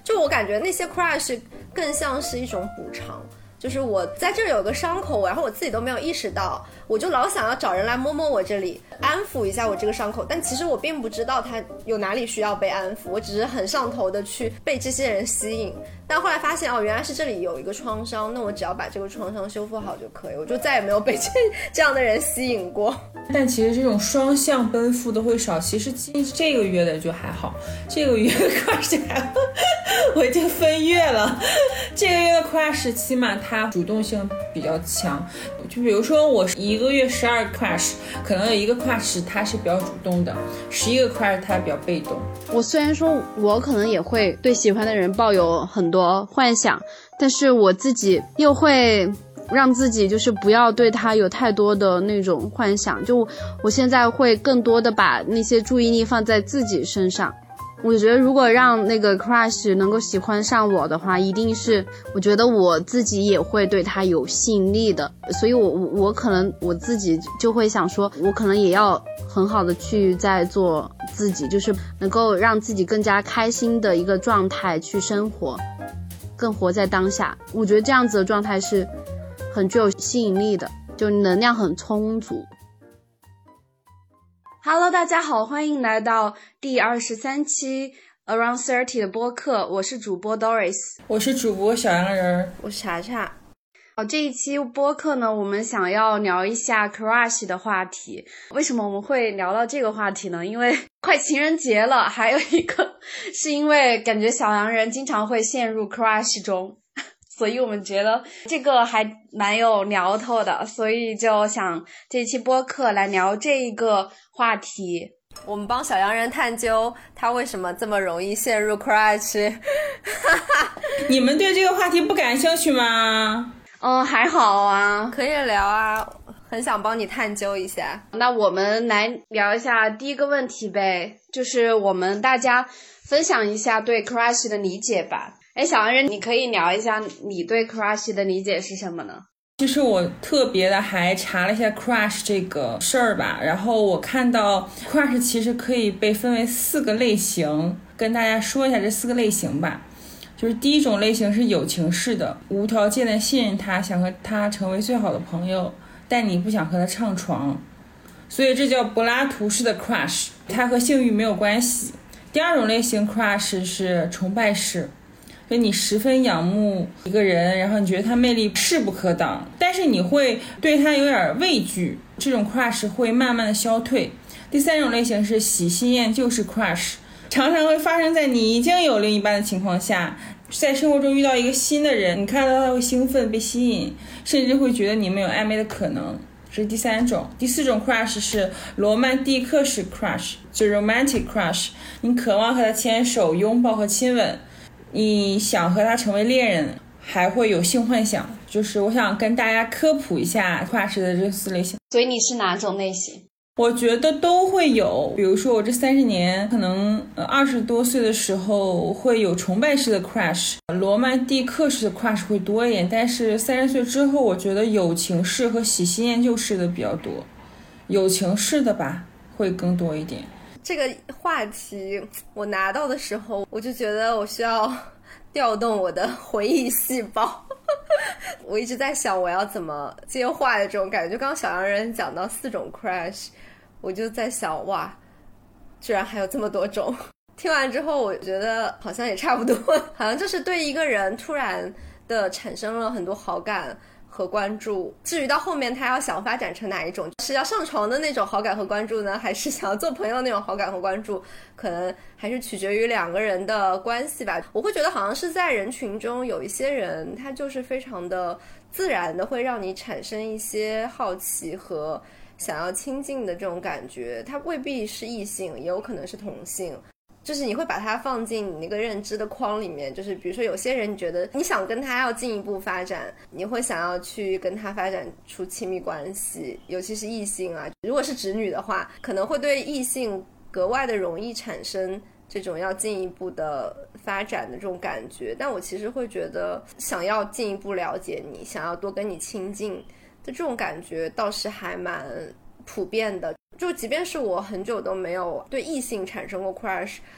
就我感觉那些 crush 更像是一种补偿，就是我在这里有个伤口，然后我自己都没有意识到，我就老想要找人来摸摸我这里，安抚一下我这个伤口，但其实我并不知道它有哪里需要被安抚，我只是很上头的去被这些人吸引，但后来发现原来是这里有一个创伤，那我只要把这个创伤修复好就可以，我就再也没有被这样的人吸引过。 但其实这种双向奔赴的会少，其实这个月的就还好，这个月的 crush 还好我已经分月了，这个月的 crush 起码它主动性比较强，就比如说我1个月12个 crush， 可能有一个 crush 它是比较主动的，11个 crush 它比较被动。 我虽然说我可能也会对喜欢的人抱有很多幻想，但是我自己又会让自己就是不要对他有太多的那种幻想，就我现在会更多的把那些注意力放在自己身上。我觉得如果让那个 crush 能够喜欢上我的话，一定是我觉得我自己也会对他有吸引力的，所以我可能我自己就会想说，我可能也要很好的去在做自己，就是能够让自己更加开心的一个状态去生活，更活在当下。我觉得这样子的状态是很具有吸引力的，就能量很充足。Hello， 大家好，欢迎来到第23期 Around 30的播客，我是主播 Doris， 我是主播小羊人， 我是查查。 这一期播客呢，我们想要聊一下 crush 的话题。为什么我们会聊到这个话题呢？因为快情人节了，还有一个是因为感觉小羊人经常会陷入 crush 中，所以我们觉得这个还蛮有聊头的，所以就想这一期播客来聊这一个话题。 我们帮小羊人探究他为什么这么容易陷入 crush 你们对这个话题不感兴趣吗？ 还好啊， 可以聊啊，很想帮你探究一下。 那我们来聊一下第一个问题呗，就是我们大家分享一下对 crush 的理解吧。小羊人，你可以聊一下你对 crush 的理解是什么呢？ 其实我特别的还查了一下 crush 这个事儿吧，然后我看到 crush 其实可以被分为4个类型，跟大家说一下这4个类型吧。就是第一种类型是友情式的，无条件的信任他，想和他成为最好的朋友，但你不想和他上床，所以这叫柏拉图式的 crush， 它和性欲没有关系。第二种类型 crush 是崇拜式，就你十分仰慕一个人，然后你觉得他魅力势不可挡，但是你会对他有点畏惧，这种 crush 会慢慢的消退。第三种类型是喜新厌旧式 crush， 常常会发生在你已经有另一半的情况下，在生活中遇到一个新的人，你看到他会兴奋被吸引，甚至会觉得你们有暧昧的可能，这是第三种。第四种 crush 是罗曼蒂克式 crush， 就 romantic crush， 你渴望和他牵手拥抱和亲吻，你想和他成为恋人，还会有性幻想。就是我想跟大家科普一下 crush 的这4类型。 所以你是哪种类型？ 我觉得都会有，比如说我这30年可能20多岁的时候会有崇拜式的 crush， 罗曼蒂克式的 crush 会多一点，但是30岁之后我觉得友情式和喜新厌旧式的比较多，友情式的吧会更多一点。 这个话题我拿到的时候，我就觉得我需要调动我的回忆细胞我一直在想我要怎么接话的这种感觉。就刚刚小羊人讲到4种 crush， 我就在想哇，居然还有这么多种。听完之后我觉得好像也差不多，好像就是对一个人突然的产生了很多好感和关注，至于到后面他要想发展成哪一种，是要上床的那种好感和关注呢，还是想要做朋友的那种好感和关注，可能还是取决于2个人的关系吧。我会觉得好像是在人群中有一些人他就是非常的自然的会让你产生一些好奇和想要亲近的这种感觉，他未必是异性，也有可能是同性，就是你会把它放进你那个认知的框里面。就是比如说有些人你觉得你想跟他要进一步发展，你会想要去跟他发展出亲密关系，尤其是异性啊，如果是直女的话可能会对异性格外的容易产生这种要进一步的发展的这种感觉。但我其实会觉得想要进一步了解你，想要多跟你亲近的这种感觉倒是还蛮普遍的。就即便是我很久都没有对异性产生过 crush，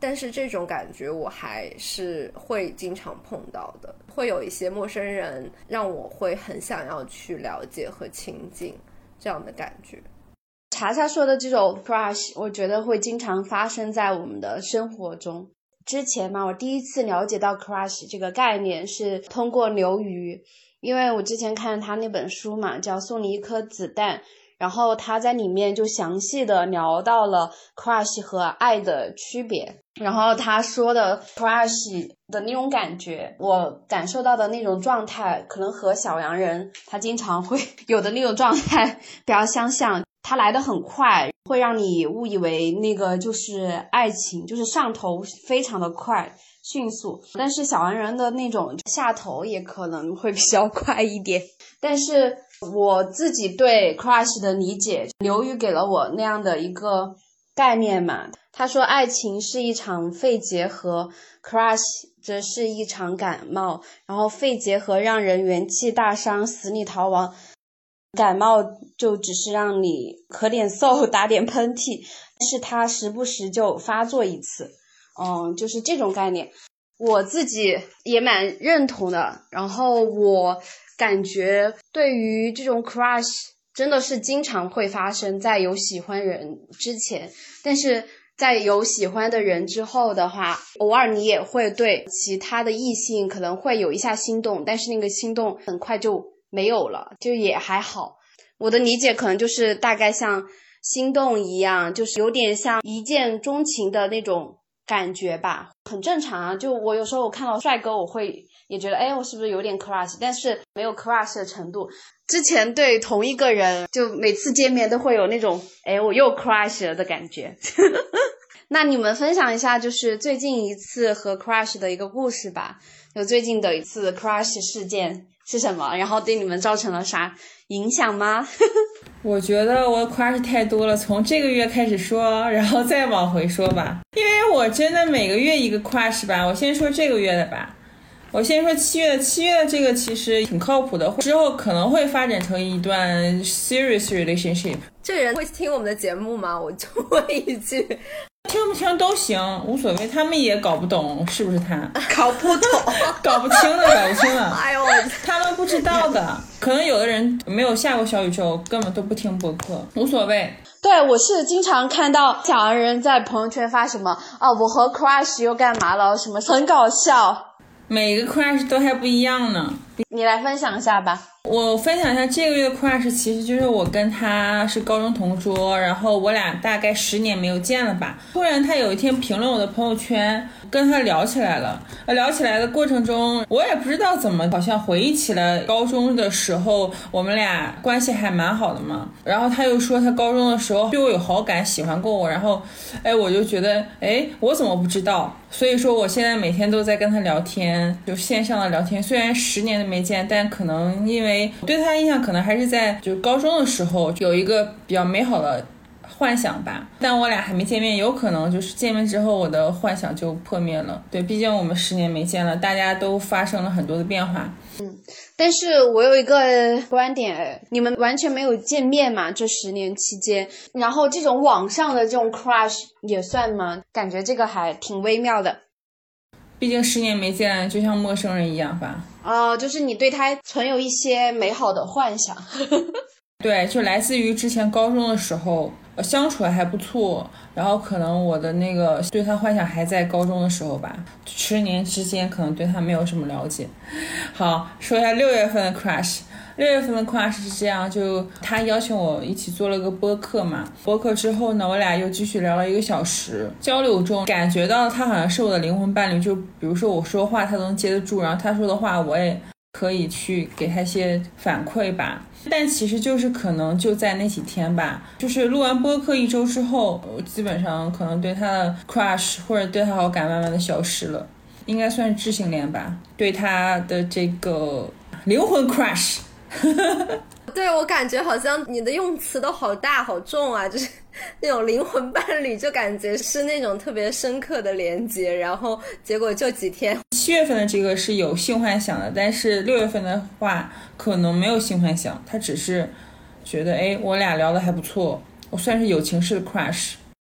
但是这种感觉我还是会经常碰到的，会有一些陌生人让我会很想要去了解和亲近这样的感觉。 查查说的这种 crush 我觉得会经常发生在我们的生活中。之前嘛，我第一次了解到 crush 这个概念是通过刘瑜，因为我之前看他那本书嘛，叫《送你一颗子弹》，然后他在里面就详细的聊到了 crush 和爱的区别，然后他说的 crush 的那种感觉，我感受到的那种状态可能和小洋人他经常会有的那种状态比较相像，它来得很快，会让你误以为那个就是爱情，就是上头非常的快迅速，但是小洋人的那种下头也可能会比较快一点。但是我自己对 crush 的理解，刘瑜给了我那样的一个概念嘛，他说爱情是一场肺结核， crush 则是一场感冒，然后肺结核让人元气大伤，死里逃亡，感冒就只是让你咳点嗽打点喷嚏，但是它时不时就发作一次，就是这种概念我自己也蛮认同的。然后我感觉对于这种 crush 真的是经常会发生在有喜欢人之前，但是在有喜欢的人之后的话，偶尔你也会对其他的异性可能会有一下心动，但是那个心动很快就没有了，就也还好。我的理解可能就是大概像心动一样，就是有点像一见钟情的那种感觉吧，很正常啊。就我有时候我看到帅哥，我会也觉得我是不是有点 crush， 但是没有 crush 的程度。之前对同一个人，就每次见面都会有那种我又 crush 了的感觉。那你们分享一下就是最近一次和 crush 的一个故事吧，有最近的一次 crush 事件是什么，然后对你们造成了啥影响吗？ 我觉得我 crush 太多了，从这个月开始说，然后再往回说吧，因为我真的每个月一个 crush 吧。我先说这个月的吧，我先说7月的这个其实挺靠谱的，之后可能会发展成一段 serious relationship。 这个人会听我们的节目吗？我就问一句。 听不听都行，无所谓，他们也搞不懂是不是他， 搞不懂搞不清了哎呦， 他们不知道的，可能有的人没有下过小宇宙，根本都不听播客，无所谓。 对，我是经常看到小洋人在朋友圈发什么我和 crush 又干嘛了，什么很搞笑， 每个 crush 都还不一样呢。 你来分享一下吧。 我分享一下这个月的 crush， 其实就是我跟他是高中同桌，然后我俩大概10年没有见了吧。突然他有一天评论我的朋友圈，跟他聊起来了。聊起来的过程中，我也不知道怎么，好像回忆起了高中的时候，我们俩关系还蛮好的嘛。然后他又说他高中的时候对我有好感，喜欢过我。然后我就觉得我怎么不知道？所以说我现在每天都在跟他聊天，就线上的聊天。虽然10年都没见，但可能因为我对他印象可能还是在就高中的时候有一个比较美好的幻想吧，但我俩还没见面，有可能就是见面之后我的幻想就破灭了。对，毕竟我们10年没见了，大家都发生了很多的变化。 但是我有一个观点，你们完全没有见面嘛，这10年期间，然后这种网上的这种 crush 也算吗？感觉这个还挺微妙的。 毕竟10年没见，就像陌生人一样吧。 就是你对他存有一些美好的幻想。 对，就来自于之前高中的时候相处还不错，然后可能我的那个对他幻想还在高中的时候吧，10年之间可能对他没有什么了解。好，说一下6月份的 crush。6月份的 crush 是这样，就他邀请我一起做了个播客嘛，播客之后呢，我俩又继续聊了1个小时，交流中感觉到他好像是我的灵魂伴侣，就比如说我说话他都能接得住，然后他说的话我也可以去给他一些反馈吧。但其实就是可能就在那几天吧，就是录完播客1周之后，我基本上可能对他的 crush 或者对他好感慢慢的消失了，应该算是知性恋吧，对他的这个灵魂 crush。 对，我感觉好像你的用词都好大好重啊，就是那种灵魂伴侣，就感觉是那种特别深刻的连接，然后结果就几天。 7月份的这个是有性幻想的，但是6月份的话可能没有性幻想，他只是觉得我俩聊得还不错，我算是友情式的 crush。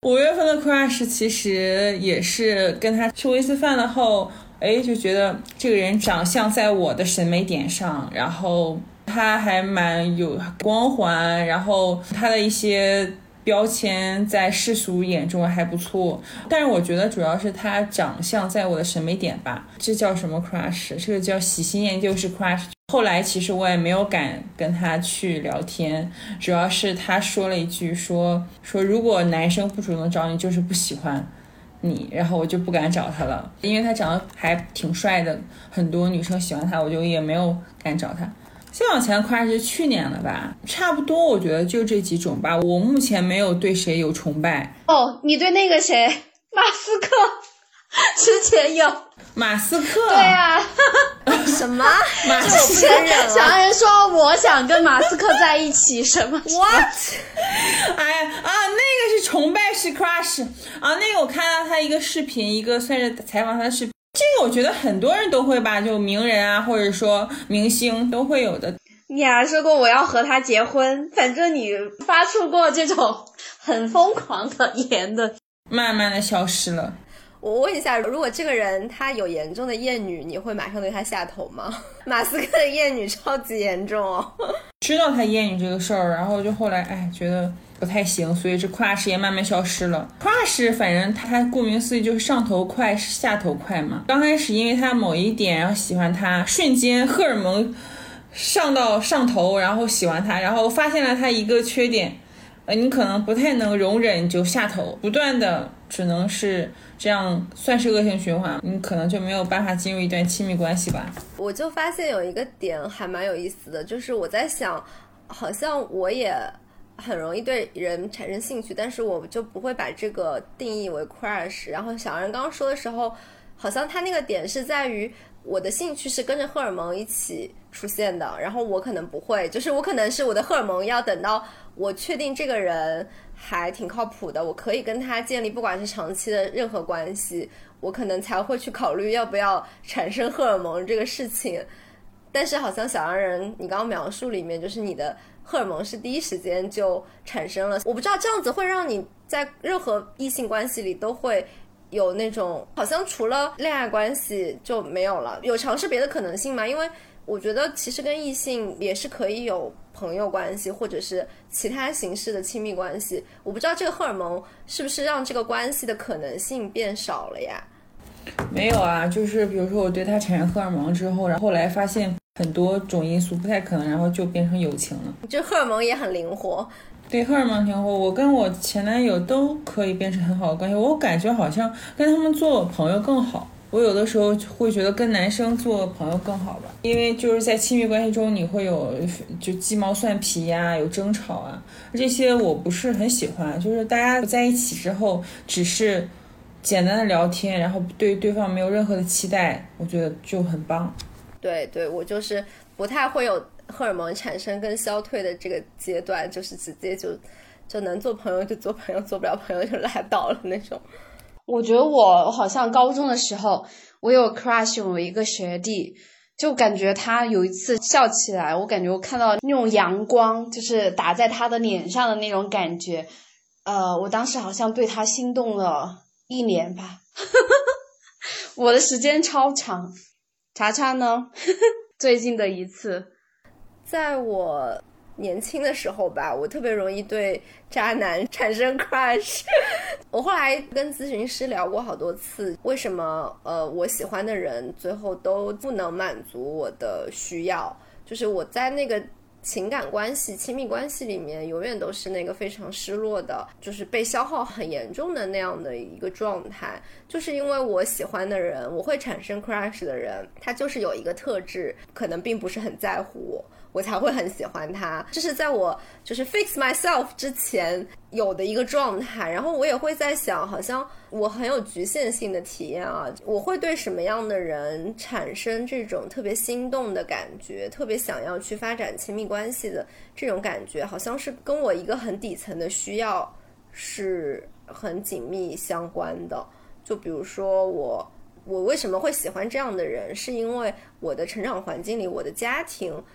5月份的 crush 其实也是跟他吃过一次饭了后，就觉得这个人长相在我的审美点上，然后他还蛮有光环，然后他的一些标签在世俗眼中还不错，但是我觉得主要是他长相在我的审美点吧。这叫什么 crush？ 这个叫喜新厌旧是 crush。后来其实我也没有敢跟他去聊天，主要是他说了一句说如果男生不主动找你就是不喜欢你，然后我就不敢找他了，因为他长得还挺帅的，很多女生喜欢他，我就也没有敢找他。再往前夸是去年了吧，差不多我觉得就这几种吧。我目前没有对谁有崇拜。 哦，你对那个谁马斯克之前有？ 马斯克？ 对啊。 什么？ 马斯克想让人说我想跟马斯克在一起什么 ？What？ 哎呀啊，那个是崇拜是 crush 啊，那个我看到他一个视频，一个算是采访他的视频。这个我觉得很多人都会吧，就名人啊，或者说明星都会有的。 你还说过我要和他结婚，反正你发出过这种很疯狂的言论， 慢慢的消失了。 我问一下，如果这个人他有严重的厌女，你会马上对他下头吗？马斯克的厌女超级严重哦。 知道他厌女这个事儿，然后就后来觉得不太行，所以这 crush 也慢慢消失了。crush 反正他顾名思义就是上头快下头快嘛。刚开始因为他某一点然后喜欢他，瞬间荷尔蒙上到上头，然后喜欢他，然后发现了他一个缺点，你可能不太能容忍就下头，不断的只能是这样，算是恶性循环，你可能就没有办法进入一段亲密关系吧。 我就发现有一个点还蛮有意思的，就是我在想，好像我也很容易对人产生兴趣，但是我就不会把这个定义为 crush。然后小人刚刚说的时候，好像他那个点是在于我的兴趣是跟着荷尔蒙一起出现的，然后我可能不会，就是我可能是我的荷尔蒙要等到我确定这个人还挺靠谱的，我可以跟他建立不管是长期的任何关系，我可能才会去考虑要不要产生荷尔蒙这个事情。但是好像小洋人你刚刚描述里面，就是你的荷尔蒙是第一时间就产生了，我不知道这样子会让你在任何异性关系里都会有那种好像除了恋爱关系就没有了，有尝试别的可能性吗？因为我觉得其实跟异性也是可以有朋友关系或者是其他形式的亲密关系，我不知道这个荷尔蒙是不是让这个关系的可能性变少了呀？ 没有啊，就是比如说我对他产生荷尔蒙之后，然后后来发现很多种因素不太可能，然后就变成友情了。 这荷尔蒙也很灵活。 对，荷尔蒙灵活，我跟我前男友都可以变成很好的关系，我感觉好像跟他们做朋友更好。我有的时候会觉得跟男生做朋友更好吧，因为就是在亲密关系中你会有就鸡毛蒜皮呀，有争吵啊，这些我不是很喜欢。就是大家在一起之后只是简单的聊天，然后对对方没有任何的期待，我觉得就很棒。 对对，我就是不太会有荷尔蒙产生跟消退的这个阶段，就是直接就能做朋友就做朋友，做不了朋友就拉倒了那种。 我觉得我好像高中的时候我有 crush 我一个学弟，就感觉他有一次笑起来，我感觉我看到那种阳光就是打在他的脸上的那种感觉，我当时好像对他心动了1年吧。我的时间超长。查查呢？最近的一次， 在我年轻的时候吧，我特别容易对渣男产生 crush。我后来跟咨询师聊过好多次，为什么我喜欢的人最后都不能满足我的需要，就是我在那个情感关系亲密关系里面永远都是那个非常失落的，就是被消耗很严重的那样的一个状态。就是因为我喜欢的人，我会产生 crush 的人，他就是有一个特质可能并不是很在乎我才会很喜欢他，这是在我就是 fix myself 之前有的一个状态。然后我也会在想，好像我很有局限性的体验啊，我会对什么样的人产生这种特别心动的感觉，特别想要去发展亲密关系的这种感觉，好像是跟我一个很底层的需要是很紧密相关的。就比如说我为什么会喜欢这样的人，是因为我的成长环境里，我的家庭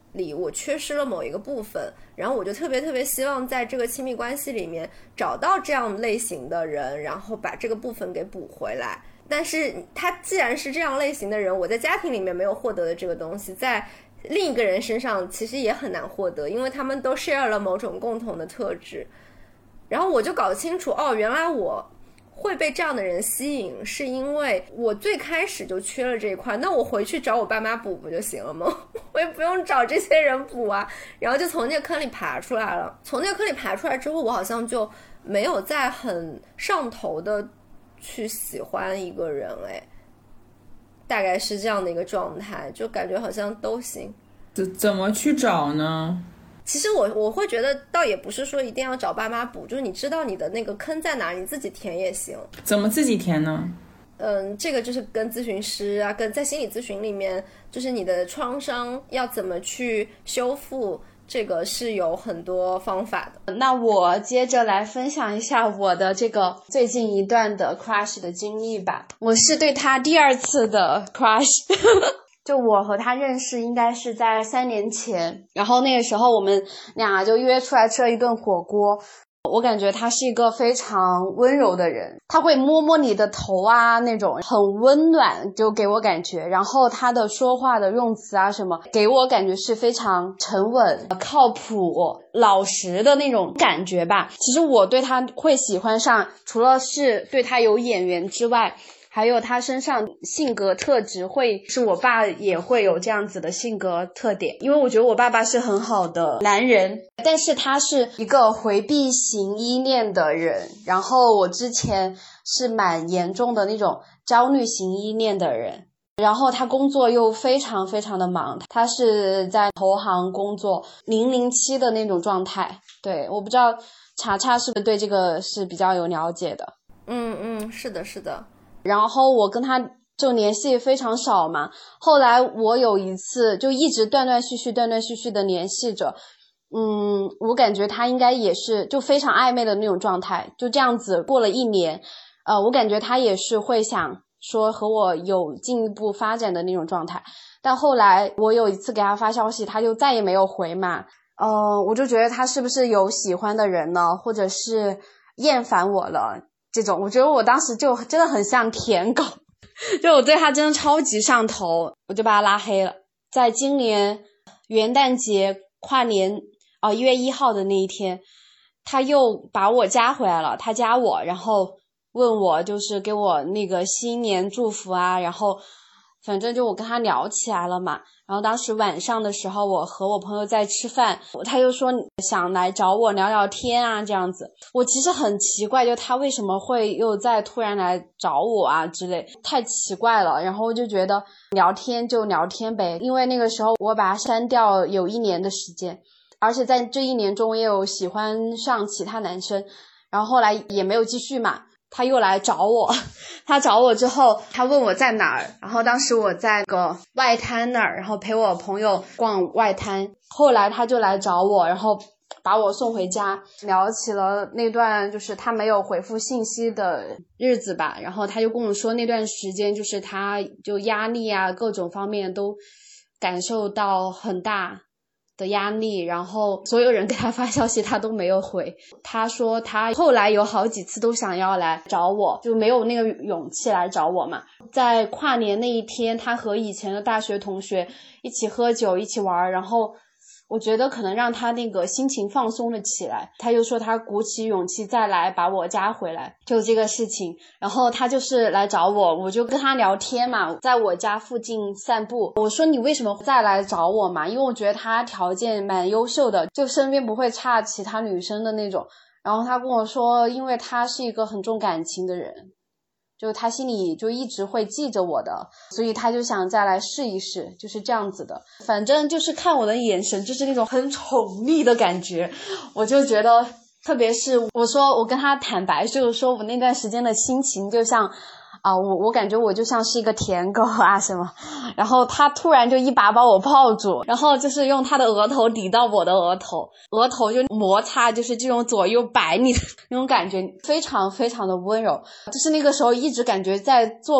里我缺失了某一个部分，然后我就特别希望在这个亲密关系里面找到这样类型的人，然后把这个部分给补回来。但是他既然是这样类型的人，我在家庭里面没有获得的这个东西，在另一个人身上其实也很难获得，因为他们都 share 了某种共同的特质。然后我就搞清楚，原来我会被这样的人吸引，是因为我最开始就缺了这一块，那我回去找我爸妈补不就行了吗？我也不用找这些人补啊。然后就从这个坑里爬出来了。从这个坑里爬出来之后，我好像就没有再很上头的去喜欢一个人，大概是这样的一个状态，就感觉好像都行。 怎么去找呢？ 其实我会觉得倒也不是说一定要找爸妈补，就是你知道你的那个坑在哪，你自己填也行。 怎么自己填呢？ 这个就是跟咨询师啊，跟在心理咨询里面，就是你的创伤要怎么去修复，这个是有很多方法的。 那我接着来分享一下我的这个最近一段的 crush 的经历吧。我是对他第2次的 crush 就我和他认识应该是在3年前，然后那个时候我们俩就约出来吃了一顿火锅。我感觉他是一个非常温柔的人，他会摸摸你的头啊，那种很温暖，就给我感觉。然后他的说话的用词啊什么，给我感觉是非常沉稳、靠谱、老实的那种感觉吧。其实我对他会喜欢上，除了是对他有眼缘之外，还有他身上性格特质会是我爸也会有这样子的性格特点，因为我觉得我爸爸是很好的男人，但是他是一个回避型依恋的人，然后我之前是蛮严重的那种焦虑型依恋的人，然后他工作又非常非常的忙，他是在投行工作007的那种状态。对，我不知道查查是不是对这个是比较有了解的。 是的是的。 然后我跟他就联系非常少嘛，后来我有一次就一直断断续续的联系着，我感觉他应该也是就非常暧昧的那种状态，就这样子过了1年，我感觉他也是会想说和我有进一步发展的那种状态，但后来我有一次给他发消息，他就再也没有回嘛，我就觉得他是不是有喜欢的人呢，或者是厌烦我了这种，我觉得我当时就真的很像舔狗，就我对他真的超级上头，我就把他拉黑了。在今年元旦节跨年1月1号的那一天，他又把我加回来了，他加我，然后问我就是给我那个新年祝福啊，然后反正就我跟他聊起来了嘛。然后当时晚上的时候我和我朋友在吃饭，他就说想来找我聊聊天啊这样子。我其实很奇怪，就他为什么会又再突然来找我啊之类，太奇怪了。然后我就觉得聊天就聊天呗，因为那个时候我把他删掉有1年的时间，而且在这1年中我也有喜欢上其他男生，然后后来也没有继续嘛。他又来找我，他找我之后他问我在哪儿，然后当时我在个外滩那儿，然后陪我朋友逛外滩，后来他就来找我，然后把我送回家，聊起了那段就是他没有回复信息的日子吧，然后他就跟我说那段时间就是他就压力啊各种方面都感受到很大的压力，然后所有人给他发消息他都没有回，他说他后来有好几次都想要来找我，就没有那个勇气来找我嘛。在跨年那一天，他和以前的大学同学一起喝酒一起玩，然后我觉得可能让他那个心情放松了起来，他就说他鼓起勇气再来把我加回来，就这个事情。然后他就是来找我，我就跟他聊天嘛，在我家附近散步，我说你为什么再来找我嘛，因为我觉得他条件蛮优秀的，就身边不会差其他女生的那种。然后他跟我说因为他是一个很重感情的人，就他心里就一直会记着我的，所以他就想再来试一试，就是这样子的。反正就是看我的眼神就是那种很宠溺的感觉，我就觉得特别是我说我跟他坦白，就是说我那段时间的心情就像我感觉我就像是一个舔狗啊什么，然后他突然就一把把我抱住，然后就是用他的额头抵到我的额头就摩擦，就是这种左右摆你的那种感觉，非常非常的温柔，就是那个时候一直感觉在做梦。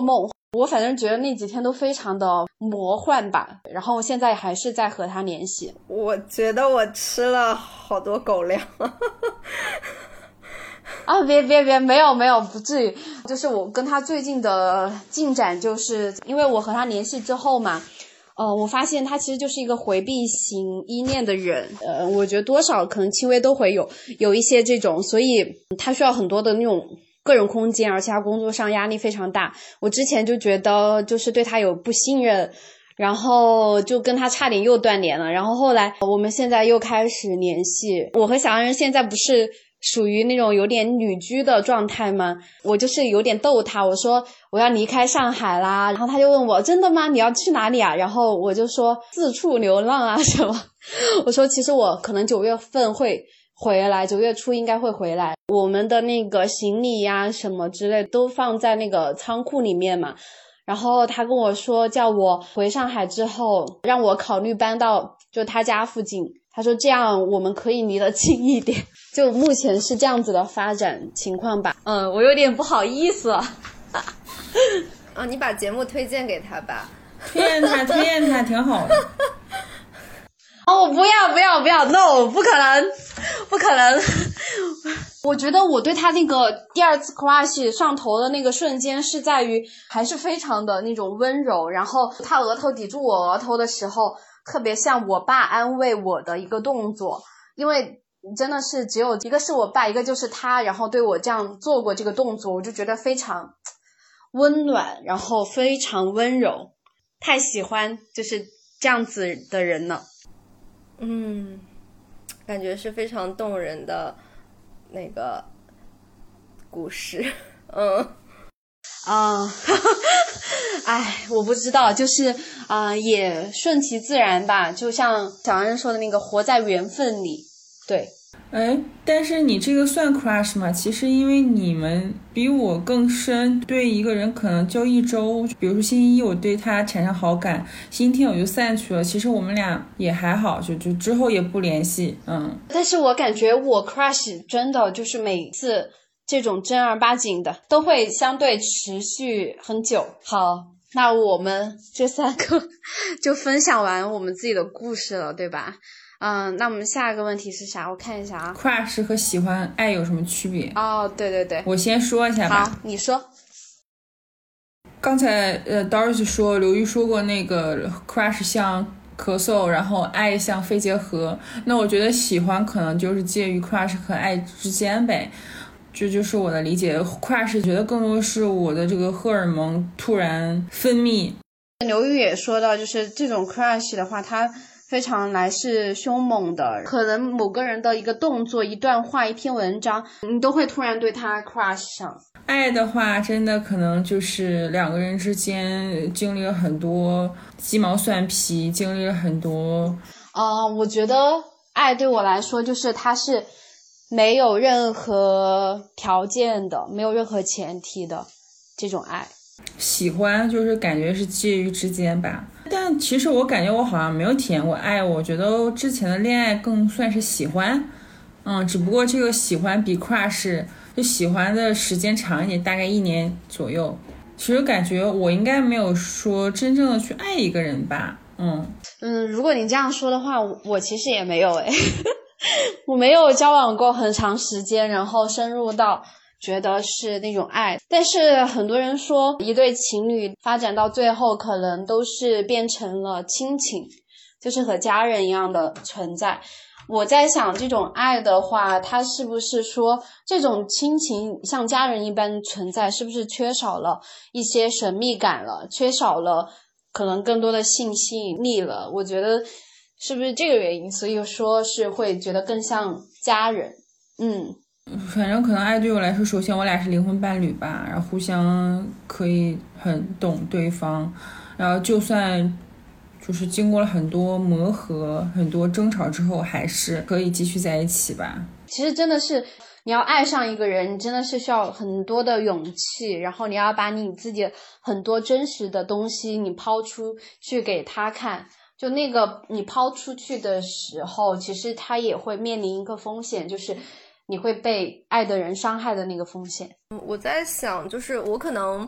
我反正觉得那几天都非常的魔幻吧，然后现在还是在和他联系。 我觉得我吃了好多狗粮啊，别，没有，不至于。就是我跟他最近的进展，就是因为我和他联系之后嘛，我发现他其实就是一个回避型依恋的人。我觉得多少可能轻微都会有一些这种，所以他需要很多的那种个人空间，而且他工作上压力非常大。我之前就觉得就是对他有不信任，然后就跟他差点又断联了。然后后来我们现在又开始联系。我和小人现在不是属于那种有点旅居的状态吗？我就是有点逗他，我说我要离开上海啦，然后他就问我真的吗？你要去哪里啊？然后我就说四处流浪啊什么。我说其实我可能9月份会回来，9月初应该会回来。我们的那个行李呀什么之类都放在那个仓库里面嘛。然后他跟我说叫我回上海之后让我考虑搬到就他家附近，他说这样我们可以离得近一点。就目前是这样子的发展情况吧。我有点不好意思了你把节目推荐给他吧。 推荐他挺好的不要 no 不可能我觉得我对他那个第二次 crush 上头的那个瞬间是在于还是非常的那种温柔，然后他额头抵住我额头的时候特别像我爸安慰我的一个动作，因为真的是只有一个是我爸，一个就是他，然后对我这样做过这个动作，我就觉得非常温暖，然后非常温柔，太喜欢就是这样子的人了。 感觉是非常动人的那个故事。 我不知道，就是也顺其自然吧，就像小安说的那个活在缘分里。对， 但是你这个算 crush 吗？其实因为你们比我更深，对一个人可能就1周，比如说星期一我对他产生好感，星期天我就散去了，其实我们俩也还好，就之后也不联系。 但是我感觉我 crush 真的就是每次这种正儿八经的都会相对持续很久。好，那我们这3个就分享完我们自己的故事了，对吧？那我们下一个问题是啥？我看一下啊。 crush 和喜欢爱有什么区别？ 对， 我先说一下吧。 好，你说。 刚才Doris 说刘玉说过那个 crush 像咳嗽，然后爱像肺结核。那我觉得喜欢可能就是介于 crush 和爱之间呗。这就是我的理解。crush 觉得更多是我的这个荷尔蒙突然分泌。 刘玉也说到，就是这种 crush 的话，它非常来势凶猛的，可能某个人的一个动作、一段话、一篇文章，你都会突然对他 crush 上。 爱的话，真的可能就是2个人之间经历了很多鸡毛蒜皮，经历了很多。 我觉得爱对我来说，就是它是没有任何条件的，没有任何前提的这种爱。 喜欢就是感觉是介于之间吧，但其实我感觉我好像没有体验过爱，我觉得之前的恋爱更算是喜欢，只不过这个喜欢比 crush 就喜欢的时间长一点，大概1年左右。其实感觉我应该没有说真正的去爱一个人吧。 如果你这样说的话，我其实也没有我没有交往过很长时间，然后深入到觉得是那种爱。但是很多人说一对情侣发展到最后可能都是变成了亲情，就是和家人一样的存在。我在想这种爱的话，它是不是说这种亲情像家人一般存在，是不是缺少了一些神秘感了，缺少了可能更多的性吸引力了。我觉得是不是这个原因，所以说是会觉得更像家人。 反正可能爱对我来说，首先我俩是灵魂伴侣吧，然后互相可以很懂对方，然后就算就是经过了很多磨合很多争吵之后，还是可以继续在一起吧。 其实真的是你要爱上一个人，你真的是需要很多的勇气，然后你要把你自己很多真实的东西你抛出去给他看，就那个你抛出去的时候，其实他也会面临一个风险，就是你会被爱的人伤害的那个风险。 我在想，就是我可能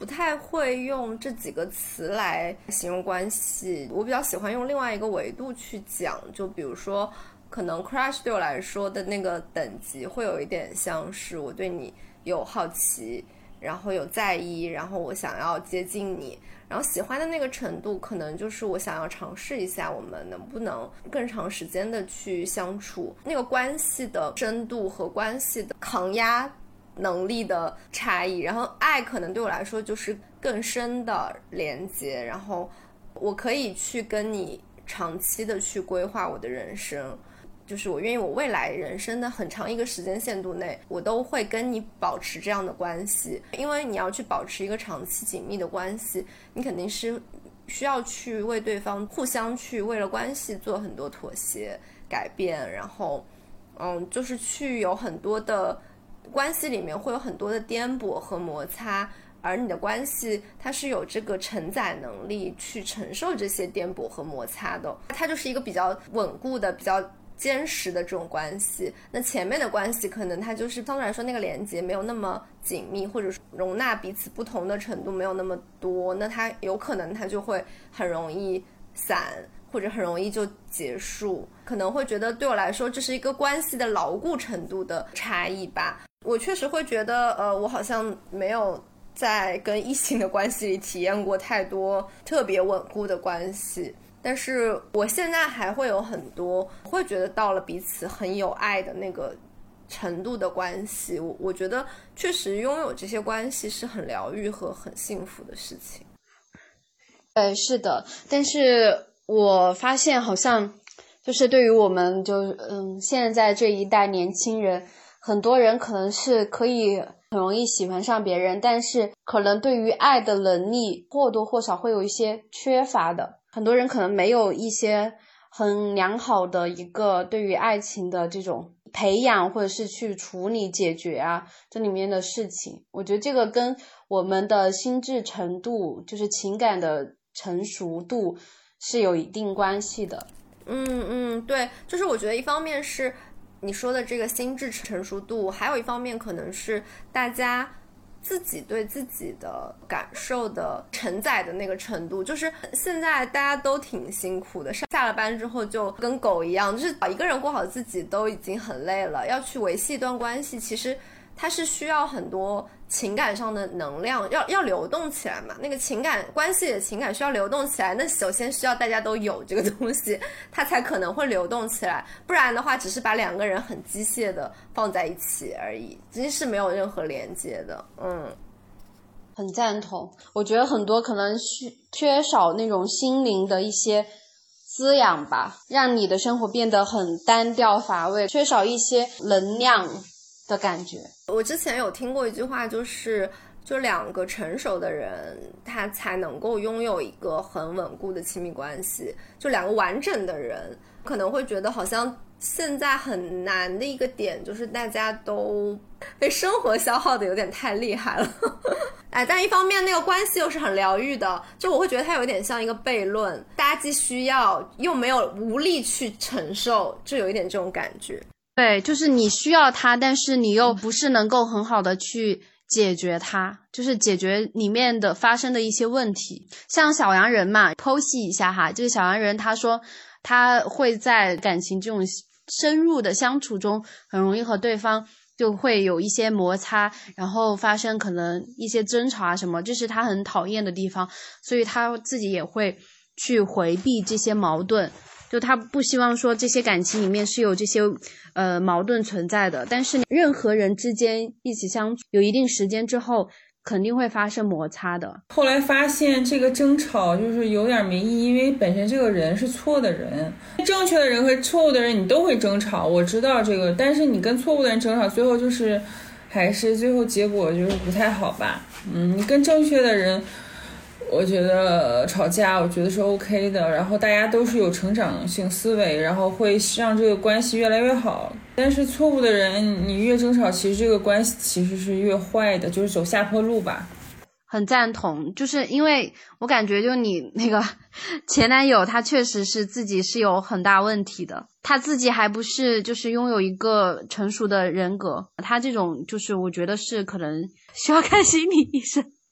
不太会用这几个词来形容关系，我比较喜欢用另外一个维度去讲，就比如说可能 crush 对我来说的那个等级会有一点像是我对你有好奇，然后有在意，然后我想要接近你，然后喜欢的那个程度可能就是我想要尝试一下我们能不能更长时间的去相处，那个关系的深度和关系的抗压能力的差异。然后爱可能对我来说就是更深的连接，然后我可以去跟你长期的去规划我的人生，就是我愿意我未来人生的很长一个时间限度内我都会跟你保持这样的关系。因为你要去保持一个长期紧密的关系，你肯定是需要去为对方互相去为了关系做很多妥协改变，然后就是去有很多的关系里面会有很多的颠簸和摩擦，而你的关系它是有这个承载能力去承受这些颠簸和摩擦的，它就是一个比较稳固的比较坚实的这种关系。那前面的关系可能它就是相对来说那个连接没有那么紧密，或者容纳彼此不同的程度没有那么多，那它有可能它就会很容易散，或者很容易就结束。可能会觉得对我来说这是一个关系的牢固程度的差异吧。我确实会觉得我好像没有在跟异性的关系里体验过太多特别稳固的关系，但是我现在还会有很多会觉得到了彼此很有爱的那个程度的关系。我觉得确实拥有这些关系是很疗愈和很幸福的事情。 是的，但是我发现好像就是对于我们现在这一代年轻人，很多人可能是可以很容易喜欢上别人，但是可能对于爱的能力或多或少会有一些缺乏的。很多人可能没有一些很良好的一个对于爱情的这种培养，或者是去处理解决啊这里面的事情。我觉得这个跟我们的心智程度，就是情感的成熟度是有一定关系的。 对，就是我觉得一方面是你说的这个心智成熟度，还有一方面可能是大家自己对自己的感受的承载的那个程度。就是现在大家都挺辛苦的，下了班之后就跟狗一样，就是一个人过好自己都已经很累了，要去维系一段关系，其实它是需要很多情感上的能量，要流动起来嘛。那个情感关系的情感需要流动起来，那首先需要大家都有这个东西，它才可能会流动起来。不然的话，只是把两个人很机械的放在一起而已，其实是没有任何连接的。 很赞同。我觉得很多可能缺少那种心灵的一些滋养吧，让你的生活变得很单调乏味，缺少一些能量的感觉。 我之前有听过一句话，就两个成熟的人他才能够拥有一个很稳固的亲密关系，就两个完整的人。可能会觉得好像现在很难的一个点就是大家都被生活消耗的有点太厉害了但一方面那个关系又是很疗愈的，就我会觉得它有点像一个悖论，大家既需要又没有无力去承受，就有一点这种感觉。 对，就是你需要它，但是你又不是能够很好的去解决它，就是解决里面的发生的一些问题。像小洋人嘛，剖析一下哈，这个小洋人他说他会在感情这种深入的相处中很容易和对方就会有一些摩擦，然后发生可能一些争吵啊什么，这是他很讨厌的地方，所以他自己也会去回避这些矛盾，就他不希望说这些感情里面是有这些矛盾存在的。但是任何人之间一起相处有一定时间之后肯定会发生摩擦的。 后来发现这个争吵就是有点没意义，因为本身这个人是错的人，正确的人和错误的人你都会争吵，我知道这个，但是你跟错误的人争吵，最后就是还是最后结果就是不太好吧。你跟正确的人我觉得吵架我觉得是 OK 的，然后大家都是有成长性思维，然后会让这个关系越来越好。但是错误的人你越争吵，其实这个关系其实是越坏的，就是走下坡路吧。 很赞同，就是因为我感觉就你那个前男友他确实是自己是有很大问题的，他自己还不是就是拥有一个成熟的人格，他这种就是我觉得是可能需要看心理医生。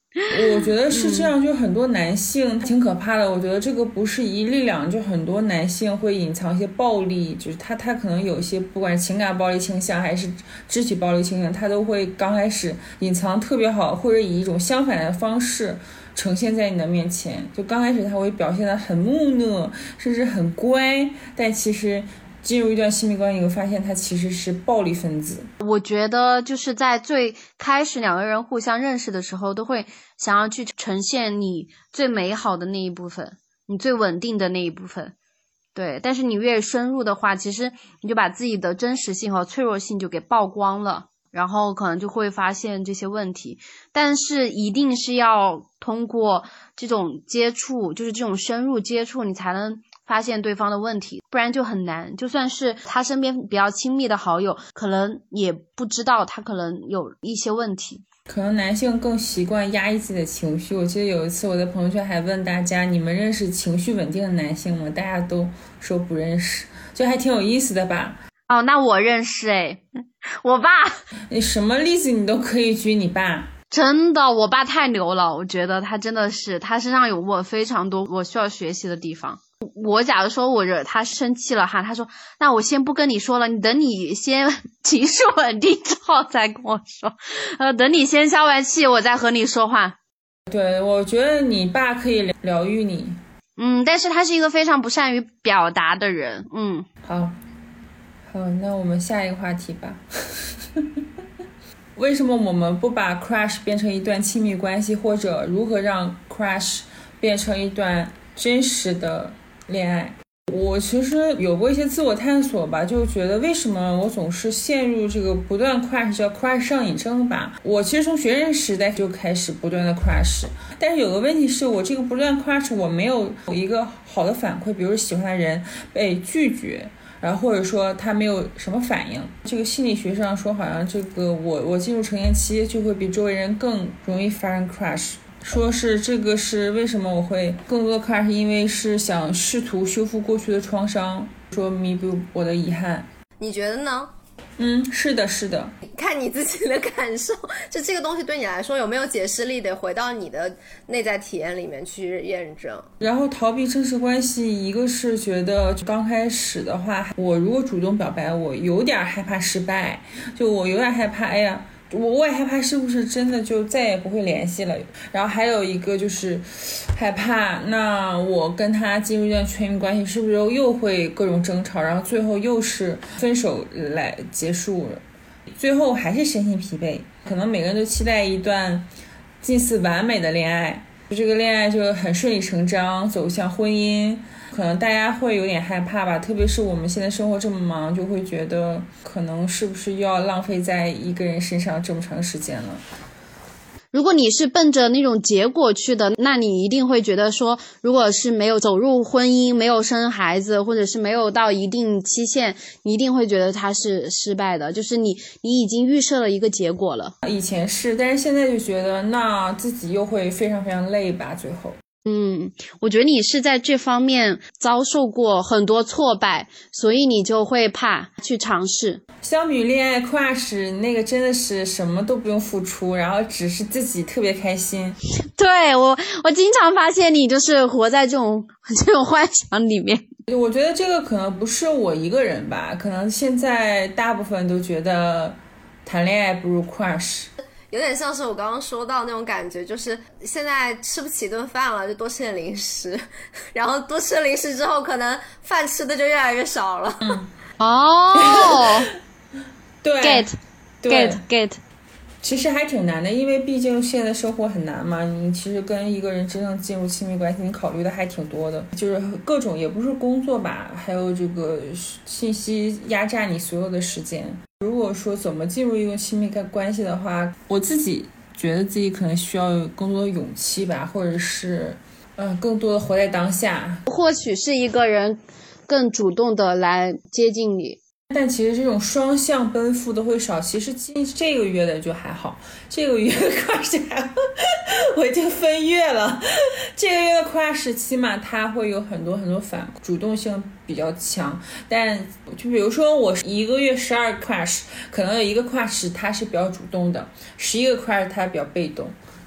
我觉得是这样，就很多男性挺可怕的。我觉得这个不是一力量，就很多男性会隐藏一些暴力，就是他可能有一些不管是情感暴力倾向还是肢体暴力倾向，他都会刚开始隐藏特别好，或者以一种相反的方式呈现在你的面前。就刚开始他会表现得很木讷，甚至很乖，但其实进入一段亲密关系，你会发现他其实是暴力分子。 我觉得就是在最开始两个人互相认识的时候，都会想要去呈现你最美好的那一部分，你最稳定的那一部分。对，但是你越深入的话，其实你就把自己的真实性和脆弱性就给曝光了，然后可能就会发现这些问题。但是一定是要通过这种接触，就是这种深入接触，你才能发现对方的问题，不然就很难。就算是他身边比较亲密的好友，可能也不知道他可能有一些问题。 可能男性更习惯压抑自己的情绪。我记得有一次我在朋友圈还问大家，你们认识情绪稳定的男性吗？大家都说不认识，就还挺有意思的吧。 哦，那我认识诶，我爸。 你什么例子你都可以举你爸。 真的，我爸太牛了，我觉得他真的是，他身上有我非常多我需要学习的地方。我假如说我惹他生气了哈，他说那我先不跟你说了，你等你先情绪稳定之后再跟我说，等你先消完气我再和你说话。 对，我觉得你爸可以疗愈你。 但是他是一个非常不善于表达的人。 好，那我们下一个话题吧。为什么我们不把 crush 变成一段亲密关系，或者如何让 crush 变成一段真实的恋爱？我其实有过一些自我探索吧，就觉得为什么我总是陷入这个不断 crush， 叫 crush 上瘾症吧。我其实从学生时代就开始不断的 crush， 但是有个问题是我这个不断 crush 我没有一个好的反馈，比如喜欢的人被拒绝，然后或者说他没有什么反应。这个心理学上说，好像这个我进入成年期就会比周围人更容易发生 crush， 说是这个是为什么我会更多的 crush， 因为是想试图修复过去的创伤，说弥补我的遗憾。 你觉得呢？ 是的看你自己的感受，就这个东西对你来说有没有解释力，得回到你的内在体验里面去验证。 然后逃避真实关系，一个是觉得刚开始的话，我如果主动表白，我有点害怕失败，就我有点害怕，哎呀，我也害怕是不是真的就再也不会联系了。然后还有一个就是害怕，那我跟他进入一段亲密关系，是不是又会各种争吵，然后最后又是分手来结束，最后还是身心疲惫。可能每个人都期待一段近似完美的恋爱，这个恋爱就很顺理成章走向婚姻，可能大家会有点害怕吧，特别是我们现在生活这么忙，就会觉得可能是不是又要浪费在一个人身上这么长时间了。 如果你是奔着那种结果去的，那你一定会觉得说，如果是没有走入婚姻，没有生孩子，或者是没有到一定期限，你一定会觉得它是失败的，就是你已经预设了一个结果了。 以前是，但是现在就觉得那自己又会非常非常累吧，最后。 我觉得你是在这方面遭受过很多挫败，所以你就会怕去尝试。 相比恋爱 crush 那个真的是什么都不用付出，然后只是自己特别开心。 对，我经常发现你就是活在这种幻想里面。 我觉得这个可能不是我一个人吧，可能现在大部分都觉得谈恋爱不如 crush。 有点像是我刚刚说到那种感觉，就是现在吃不起顿饭了，就多吃点零食，然后多吃零食之后，可能饭吃的就越来越少了。 对 get 其实还挺难的，因为毕竟现在生活很难嘛，你其实跟一个人真正进入亲密关系，你考虑的还挺多的，就是各种也不是工作吧，还有这个信息压榨你所有的时间。如果说怎么进入一个亲密关系的话，我自己觉得自己可能需要有更多的勇气吧，或者是更多的活在当下。 或许是一个人更主动的来接近你， 但其实这种双向奔赴的会少。其实这个月的就还好，这个月的 crush 还好，我已经分月了。这个月的 crush 起码它会有很多很多主动性比较强。但就比如说我一个月12个 crush， 可能有一个 crush 它是比较主动的，11个 crush 它比较被动。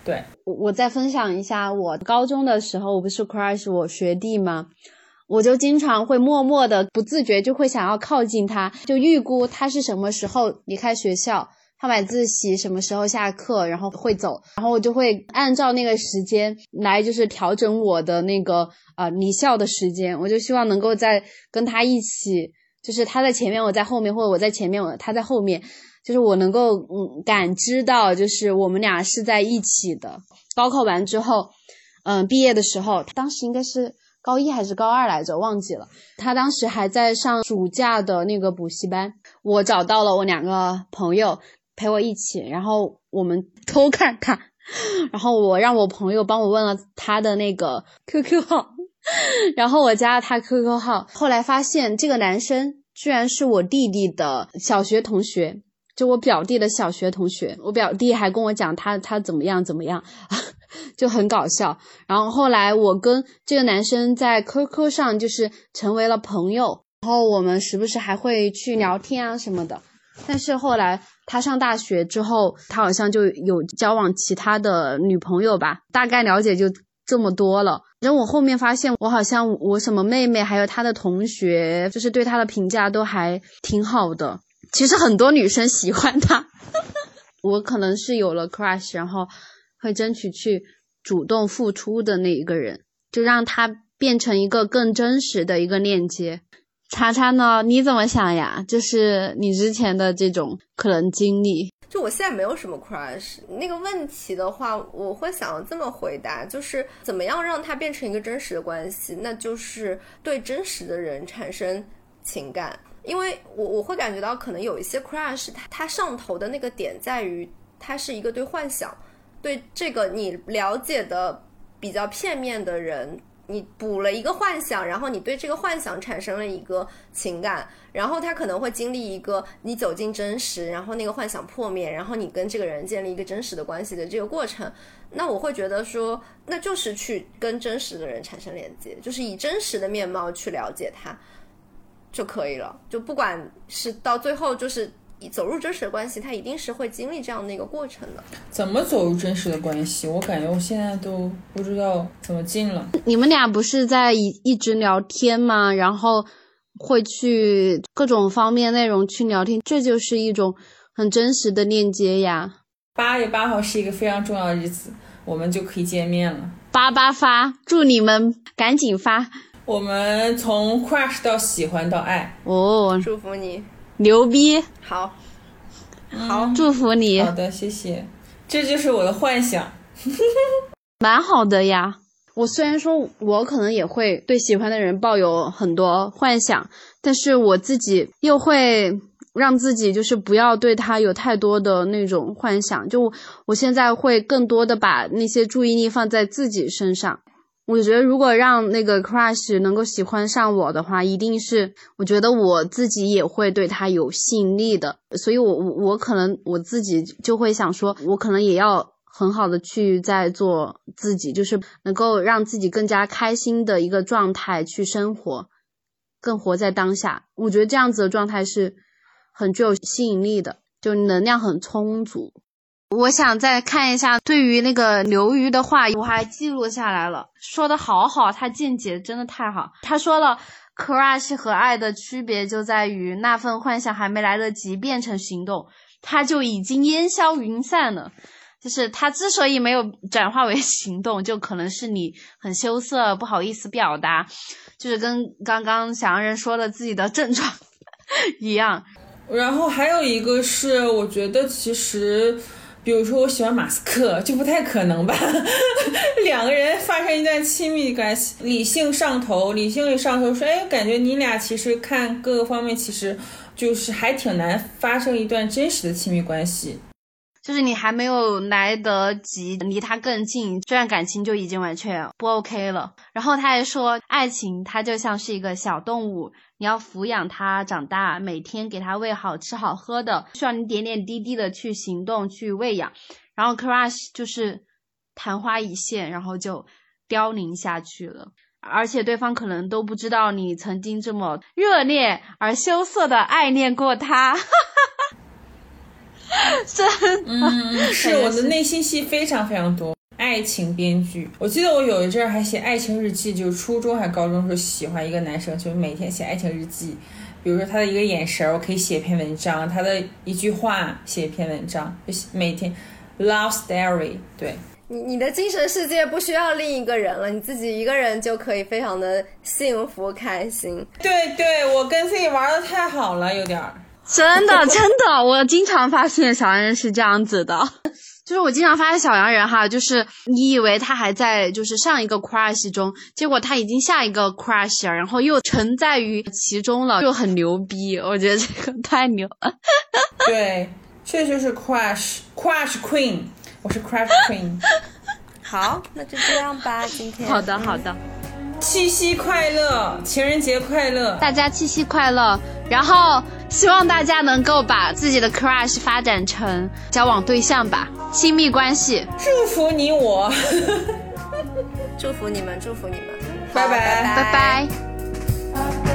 对， 我再分享一下，我高中的时候，我不是 crush 我学弟吗？我就经常会默默的不自觉就会想要靠近他，就预估他是什么时候离开学校，他晚自习什么时候下课，然后会走，然后我就会按照那个时间来就是调整我的那个离校的时间，我就希望能够在跟他一起，就是他在前面我在后面，或者我在前面他在后面，就是我能够感知到就是我们俩是在一起的。高考完之后毕业的时候，当时应该是高一还是高二来着忘记了，他当时还在上暑假的那个补习班，我找到了我2个朋友陪我一起，然后我们偷看他，然后我让我朋友帮我问了他的那个 QQ 号，然后我加了他 QQ 号，后来发现这个男生居然是我弟弟的小学同学，就我表弟的小学同学，我表弟还跟我讲他怎么样就很搞笑。然后后来我跟这个男生在 QQ 上就是成为了朋友，然后我们时不时还会去聊天啊什么的。但是后来他上大学之后，他好像就有交往其他的女朋友吧，大概了解就这么多了。然后我后面发现我好像我什么妹妹还有他的同学就是对他的评价都还挺好的，其实很多女生喜欢他我可能是有了 crush， 然后会争取去主动付出的那一个人，就让他变成一个更真实的一个链接。查查呢，你怎么想呀？就是你之前的这种可能经历。 就我现在没有什么 crush， 那个问题的话，我会想要这么回答，就是怎么样让它变成一个真实的关系，那就是对真实的人产生情感。因为我会感觉到可能有一些 crush 它上头的那个点在于它是一个对幻想，对这个你了解的比较片面的人，你补了一个幻想，然后你对这个幻想产生了一个情感，然后他可能会经历一个你走进真实，然后那个幻想破灭，然后你跟这个人建立一个真实的关系的这个过程。那我会觉得说那就是去跟真实的人产生连接，就是以真实的面貌去了解他就可以了。就不管是到最后就是走入真实的关系，他一定是会经历这样的一个过程的。 怎么走入真实的关系？我感觉我现在都不知道怎么进了。 你们俩不是在一直聊天吗？然后会去各种方面内容去聊天，这就是一种很真实的链接呀。 8月8号是一个非常重要的日子，我们就可以见面了。 88发，祝你们赶紧发。 我们从 crush 到喜欢到爱。 哦， 祝福你。 牛逼。 好， 祝福你。 好的，谢谢。这就是我的幻想。 蛮好的呀。我虽然说我可能也会对喜欢的人抱有很多幻想，但是我自己又会让自己就是不要对他有太多的那种幻想，就我现在会更多的把那些注意力放在自己身上。我觉得如果让那个 crush 能够喜欢上我的话，一定是我觉得我自己也会对他有吸引力的，所以我可能我自己就会想说，我可能也要很好的去在做自己，就是能够让自己更加开心的一个状态去生活，更活在当下。我觉得这样子的状态是很具有吸引力的，就能量很充足。我想再看一下对于那个刘瑜的话，我还记录下来了，说的好好，他见解真的太好。他说了 crush 和爱的区别就在于那份幻想还没来得及变成行动，他就已经烟消云散了。就是他之所以没有转化为行动，就可能是你很羞涩不好意思表达，就是跟刚刚小洋人说的自己的症状一样。 然后还有一个是我觉得其实比如说我喜欢马斯克就不太可能吧两个人发生一段亲密关系，理性上头说感觉你俩其实看各个方面其实就是还挺难发生一段真实的亲密关系， 就是你还没有来得及离他更近，这段感情就已经完全不 OK 了。然后他还说爱情它就像是一个小动物，你要抚养它长大，每天给它喂好吃好喝的，需要你点点滴滴的去行动去喂养。然后 crush 就是昙花一现，然后就凋零下去了，而且对方可能都不知道你曾经这么热烈而羞涩的爱恋过他是我的内心戏非常非常多。 爱情编剧。我记得我有一阵还写爱情日记，就是初中还高中时候喜欢一个男生，就是每天写爱情日记。比如说他的一个眼神我可以写一篇文章，他的一句话写一篇文章，就每天 love story。 对， 你的精神世界不需要另一个人了，你自己一个人就可以非常的幸福开心。 对对，我跟自己玩的太好了，有点真的，我经常发现小洋人是这样子的。就是我经常发现小洋人哈，就是你以为他还在就是上一个 crush 中，结果他已经下一个 crush 了，然后又沉在于其中了，就很牛逼。我觉得这个太牛了。 对，这就是 crush queen， 我是 crush queen。 好，那就这样吧，今天好的， 七夕快乐，情人节快乐， 大家七夕快乐。然后希望大家能够把自己的 crush 发展成交往对象吧，亲密关系。 祝福你我。 祝福你们， 拜拜拜拜。